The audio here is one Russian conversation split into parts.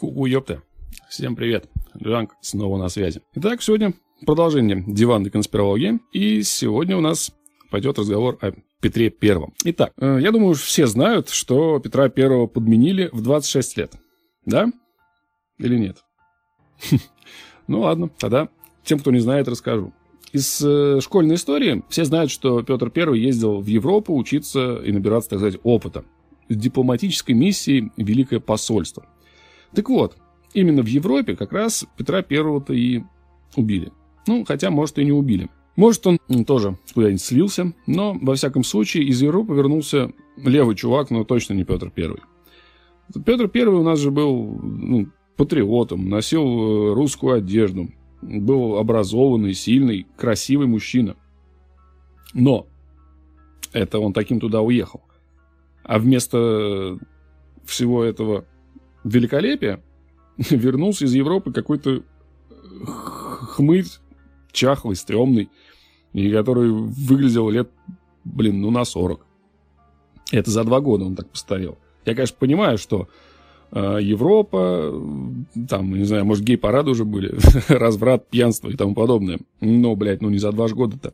Ку-ку, ёпта. Всем привет. Джанк снова на связи. Итак, сегодня продолжение диванной конспирологии. И сегодня у нас пойдет разговор о Петре Первом. Итак, я думаю, все знают, что Петра Первого подменили в 26 лет. Да? Или нет? Ну ладно, тогда тем, кто не знает, расскажу. Из школьной истории все знают, что Петр Первый ездил в Европу учиться и набираться, так сказать, опыта. С дипломатической миссией Великое посольство. Так вот, именно в Европе как раз Петра Первого-то и убили. Ну, хотя, может, и не убили. Может, он тоже куда-нибудь слился, но, во всяком случае, из Европы вернулся левый чувак, но точно не Петр Первый. Петр Первый у нас же был патриотом, носил русскую одежду, был образованный, сильный, красивый мужчина. Но это он таким туда уехал. А вместо всего этого великолепия вернулся из Европы какой-то хмырь, чахлый, стрёмный, и который выглядел лет, на 40. Это за 2 года он так постарел. Я, конечно, понимаю, что Европа, там, не знаю, может, гей-парады уже были, разврат, пьянство и тому подобное. Но, не за 2 года-то.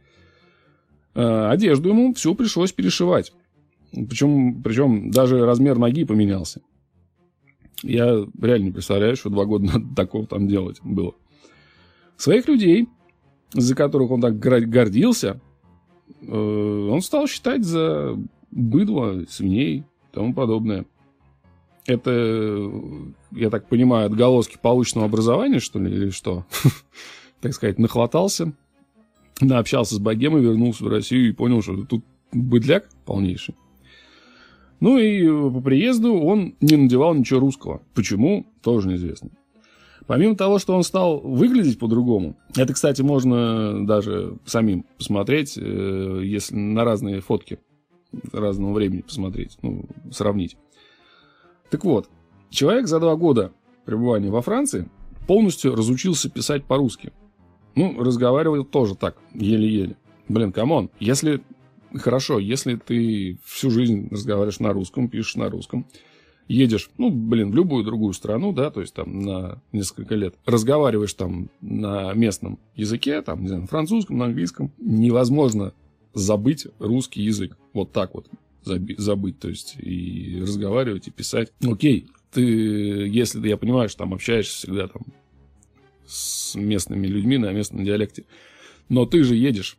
Одежду ему всю пришлось перешивать. Причем даже размер ноги поменялся. Я реально не представляю, что 2 года надо такого там делать было. Своих людей, за которых он так гордился, он стал считать за быдло, свиней и тому подобное. Это, я так понимаю, отголоски полученного образования, что ли, или что? Так сказать, нахватался, наобщался с богемой, вернулся в Россию и понял, что тут быдляк полнейший. Ну и по приезду он не надевал ничего русского. Почему? Тоже неизвестно. Помимо того, что он стал выглядеть по-другому, это, кстати, можно даже самим посмотреть, если на разные фотки разного времени посмотреть, сравнить. Так вот, человек за 2 года пребывания во Франции полностью разучился писать по-русски. Разговаривал тоже так, еле-еле. Камон, если ты всю жизнь разговариваешь на русском, пишешь на русском, едешь, в любую другую страну, да, то есть там на несколько лет, разговариваешь там на местном языке, там, не знаю, на французском, на английском, невозможно забыть русский язык. Вот так вот забыть, то есть и разговаривать, и писать. Окей, если я понимаю, что там общаешься всегда там с местными людьми на местном диалекте, но ты же едешь,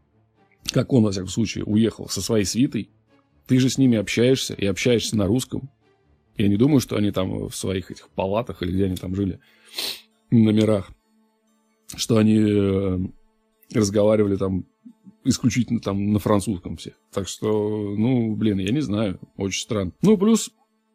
как он, во всяком случае, уехал со своей свитой, ты же с ними общаешься и общаешься на русском. Я не думаю, что они там в своих этих палатах или где они там жили, номерах, что они разговаривали там исключительно там на французском все. Так что, я не знаю, очень странно. Плюс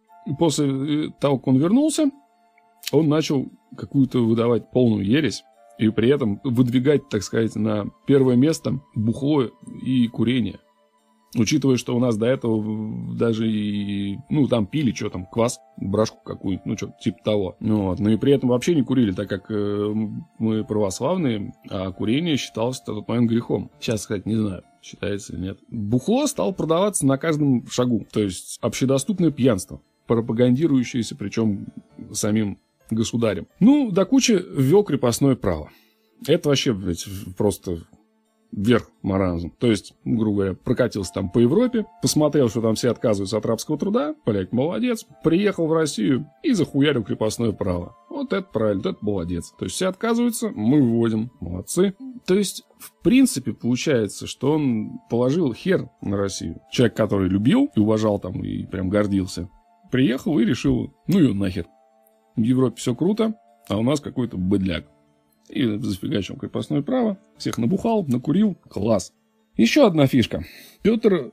после того, как он вернулся, он начал какую-то выдавать полную ересь. И при этом выдвигать, так сказать, на первое место бухло и курение. Учитывая, что у нас до этого даже и... там пили, что там, квас, брашку какую-нибудь, что-то типа того. Но и при этом вообще не курили, так как мы православные, а курение считалось в тот момент грехом. Сейчас, кстати, не знаю, считается или нет. Бухло стало продаваться на каждом шагу. То есть, общедоступное пьянство, пропагандирующееся, причем самим государем. До кучи ввел крепостное право. Это вообще, просто верх маразм. То есть, грубо говоря, прокатился там по Европе, посмотрел, что там все отказываются от рабского труда, поляк молодец, приехал в Россию и захуярил крепостное право. Вот это правильно, это молодец. То есть, все отказываются, мы вводим. Молодцы. То есть, в принципе, получается, что он положил хер на Россию. Человек, который любил и уважал там, и прям гордился, приехал и решил, ее нахер. В Европе все круто, а у нас какой-то быдляк. И зафигачил крепостное право. Всех набухал, накурил. Класс. Еще одна фишка. Петр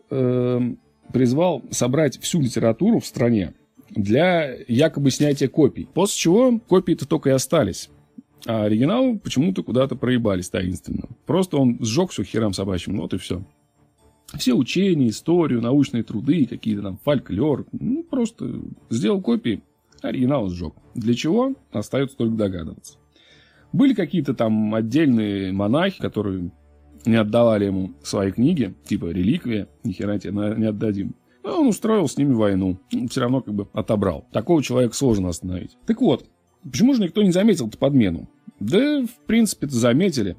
призвал собрать всю литературу в стране для якобы снятия копий. После чего копии-то только и остались. А оригиналы почему-то куда-то проебались таинственно. Просто он сжег все херам собачьим. Вот и все. Все учения, историю, научные труды, какие-то там фольклор. Просто сделал копии. Оригинал сжег. Для чего? Остается только догадываться. Были какие-то там отдельные монахи, которые не отдавали ему свои книги, типа реликвия, ни хера тебе не отдадим. он устроил с ними войну. Все равно как бы отобрал. Такого человека сложно остановить. Так вот, почему же никто не заметил-то подмену? Да, в принципе-то заметили.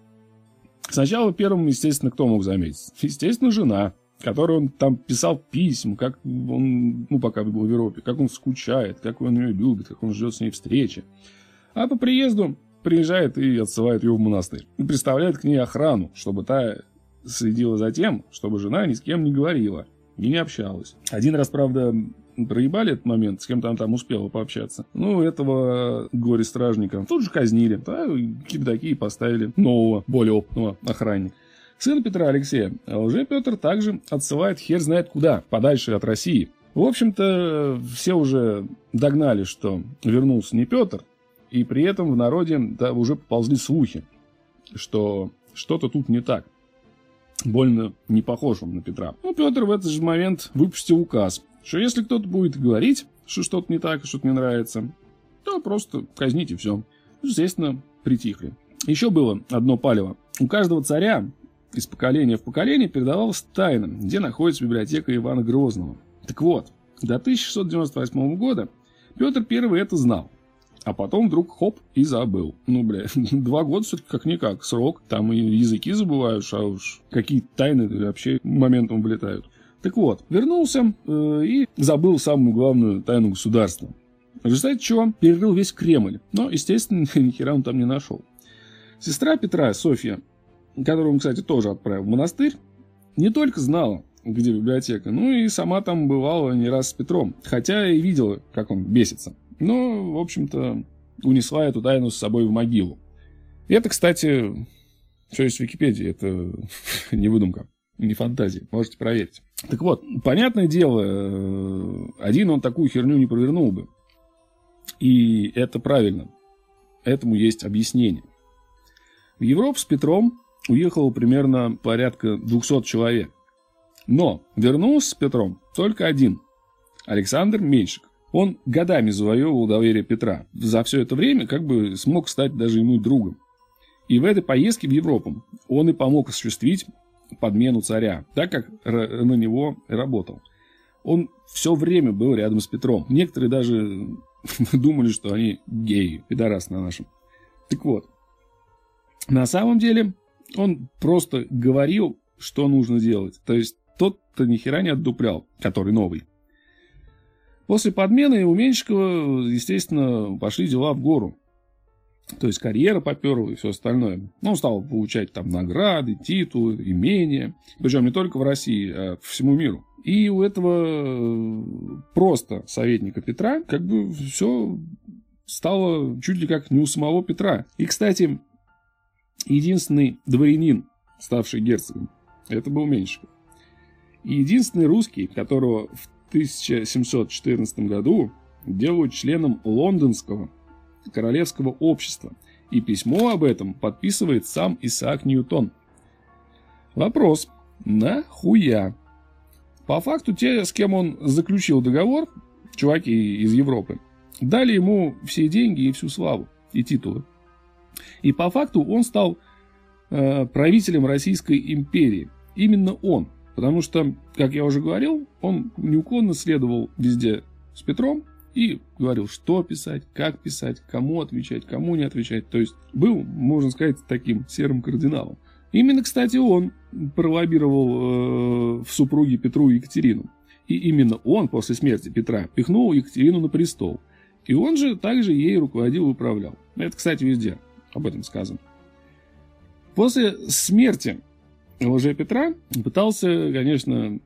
Сначала первым, естественно, кто мог заметить? Естественно, жена, которой он там писал письма, как он, пока был в Европе, как он скучает, как он ее любит, как он ждет с ней встречи. А по приезду приезжает и отсылает ее в монастырь. И представляет к ней охрану, чтобы та следила за тем, чтобы жена ни с кем не говорила и не общалась. Один раз, правда, проебали этот момент, с кем-то там успела пообщаться. Этого горе-стражника тут же казнили. Какие-то такие поставили нового, более опытного охранника. Сын Петра Алексея, Лже-Петр, также отсылает хер знает куда, подальше от России. В общем-то, все уже догнали, что вернулся не Петр, и при этом в народе уже поползли слухи, что что-то тут не так. Больно не похож он на Петра. Петр в этот же момент выпустил указ, что если кто-то будет говорить, что что-то не так, что-то не нравится, то просто казните все. Естественно, притихли. Еще было одно палево. У каждого царя из поколения в поколение передавалась тайна, где находится библиотека Ивана Грозного. Так вот, до 1698 года Петр I это знал. А потом вдруг хоп и забыл. 2 года все-таки как-никак срок. Там и языки забываешь, а уж какие тайны вообще моментом вылетают. Так вот, вернулся и забыл самую главную тайну государства. В результате чего перерыл весь Кремль. Но, естественно, ни хера он там не нашел. Сестра Петра, Софья, которую он, кстати, тоже отправил в монастырь, не только знала, где библиотека, но и сама там бывала не раз с Петром. Хотя и видела, как он бесится. Но, в общем-то, унесла эту тайну с собой в могилу. И это, кстати, все есть в Википедии. Это не выдумка, не фантазия. Можете проверить. Так вот, понятное дело, один он такую херню не провернул бы. И это правильно. Этому есть объяснение. В Европу с Петром уехало примерно порядка 200 человек. Но вернулся с Петром только один. Александр Меньшиков. Он годами завоевывал доверие Петра. За все это время как бы смог стать даже ему другом. И в этой поездке в Европу он и помог осуществить подмену царя, так как на него работал. Он все время был рядом с Петром. Некоторые даже думали, что они геи, пидорасы на нашем. Так вот, на самом деле он просто говорил, что нужно делать. То есть тот-то ни хера не отдуплял, который новый. После подмены у Меньшикова, естественно, пошли дела в гору. То есть карьера поперла и все остальное. Он стал получать там награды, титулы, имения. Причем не только в России, а по всему миру. И у этого просто советника Петра как бы все стало чуть ли как не у самого Петра. И, кстати, единственный дворянин, ставший герцогом, это был Меньшиков. И единственный русский, которого в 1714 году делают членом Лондонского королевского общества. И письмо об этом подписывает сам Исаак Ньютон. Вопрос. Нахуя? По факту те, с кем он заключил договор, чуваки из Европы, дали ему все деньги и всю славу, и титулы. И по факту он стал правителем Российской империи. Именно он. Потому что, как я уже говорил, он неуклонно следовал везде с Петром и говорил, что писать, как писать, кому отвечать, кому не отвечать. То есть был, можно сказать, таким серым кардиналом. Именно, кстати, он пролоббировал в супруге Петру и Екатерину. И именно он после смерти Петра пихнул Екатерину на престол. И он же также ей руководил и управлял. Это, кстати, везде об этом сказано. После смерти Лже-Петра пытался, конечно,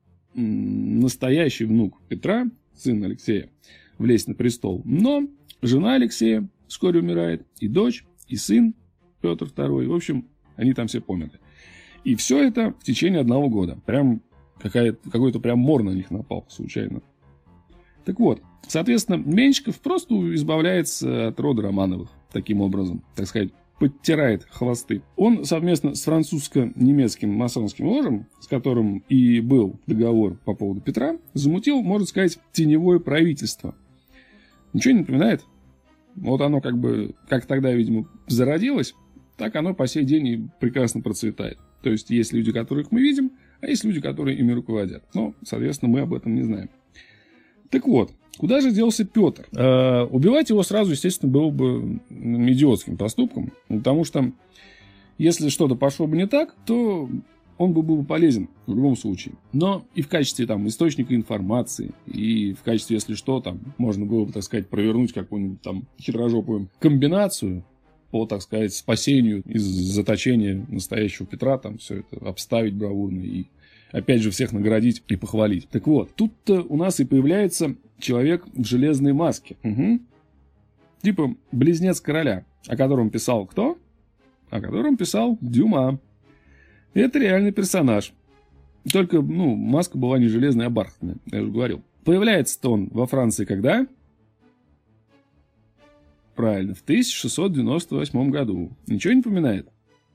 настоящий внук Петра, сын Алексея, влезть на престол. Но жена Алексея вскоре умирает, и дочь, и сын Петр II. В общем, они там все померли. И все это в течение 1 года. Прям какой-то прям мор на них напал случайно. Так вот, соответственно, Меньшиков просто избавляется от рода Романовых таким образом, так сказать, подтирает хвосты. Он совместно с французско-немецким масонским ложем, с которым и был договор по поводу Петра, замутил, можно сказать, теневое правительство. Ничего не напоминает? Вот оно как тогда, видимо, зародилось, так оно по сей день и прекрасно процветает. То есть есть люди, которых мы видим, А есть люди, которые ими руководят. Но, соответственно, мы об этом не знаем. Так вот, куда же делся Петр? Убивать его сразу, естественно, было бы идиотским поступком. Потому что, если что-то пошло бы не так, то он был бы полезен в любом случае. Но и в качестве там, источника информации, и в качестве, если что, там, можно было бы, так сказать, провернуть какую-нибудь там хитрожопую комбинацию по, так сказать, спасению из заточения настоящего Петра, там все это обставить бравурно и опять же всех наградить и похвалить. Так вот, тут-то у нас и появляется человек в железной маске. Угу. Типа близнец короля, о котором писал кто? О котором писал Дюма. Это реальный персонаж. Только, маска была не железная, а бархатная, я уже говорил. Появляется-то он во Франции когда? Правильно, в 1698 году. Ничего не напоминает?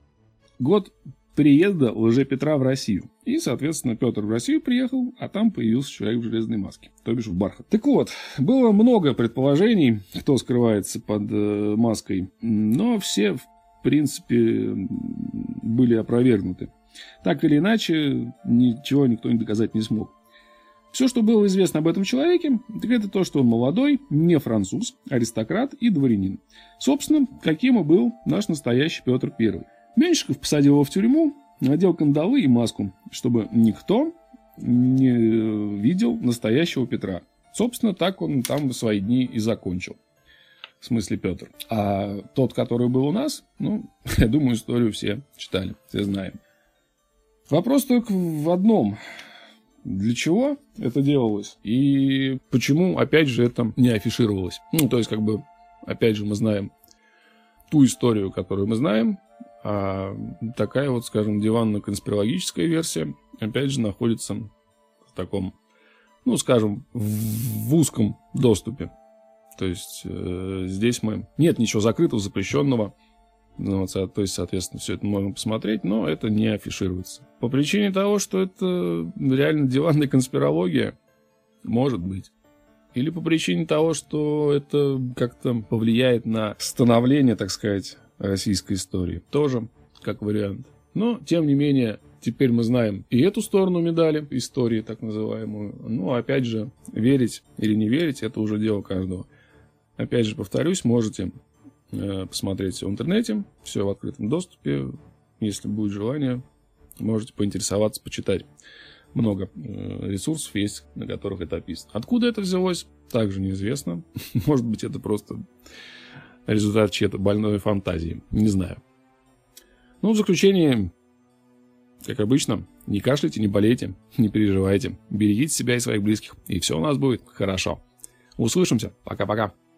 Год приезда Лжепетра в Россию. И, соответственно, Петр в Россию приехал, а там появился человек в железной маске, то бишь в бархат. Так вот, было много предположений, кто скрывается под маской, но все, в принципе, были опровергнуты. Так или иначе, ничего никто доказать не смог. Все, что было известно об этом человеке, так это то, что он молодой, не француз, аристократ и дворянин. Собственно, каким и был наш настоящий Петр I. Меньшиков посадил его в тюрьму, надел кандалы и маску, чтобы никто не видел настоящего Петра. Собственно, так он там свои дни и закончил. В смысле Петр. А тот, который был у нас, я думаю, историю все читали, все знаем. Вопрос только в одном. Для чего это делалось? И почему, опять же, это не афишировалось? То есть, опять же, мы знаем ту историю, которую мы знаем, а такая вот, скажем, диванно-конспирологическая версия, опять же, находится в таком, скажем, в узком доступе. То есть, здесь нет ничего закрытого, запрещенного. То есть, соответственно, все это можно посмотреть, но это не афишируется. По причине того, что это реально диванная конспирология, может быть. Или по причине того, что это как-то повлияет на становление, так сказать, российской истории. Тоже как вариант. Но, тем не менее, теперь мы знаем и эту сторону медали, истории так называемую. Опять же, верить или не верить, это уже дело каждого. Опять же, повторюсь, можете посмотреть все в интернете, все в открытом доступе. Если будет желание, можете поинтересоваться, почитать. Много ресурсов есть, на которых это описано. Откуда это взялось, также неизвестно. Может быть, это просто результат чьей-то больной фантазии. Не знаю. В заключение, как обычно, не кашляйте, не болейте, не переживайте. Берегите себя и своих близких, и все у нас будет хорошо. Услышимся. Пока-пока.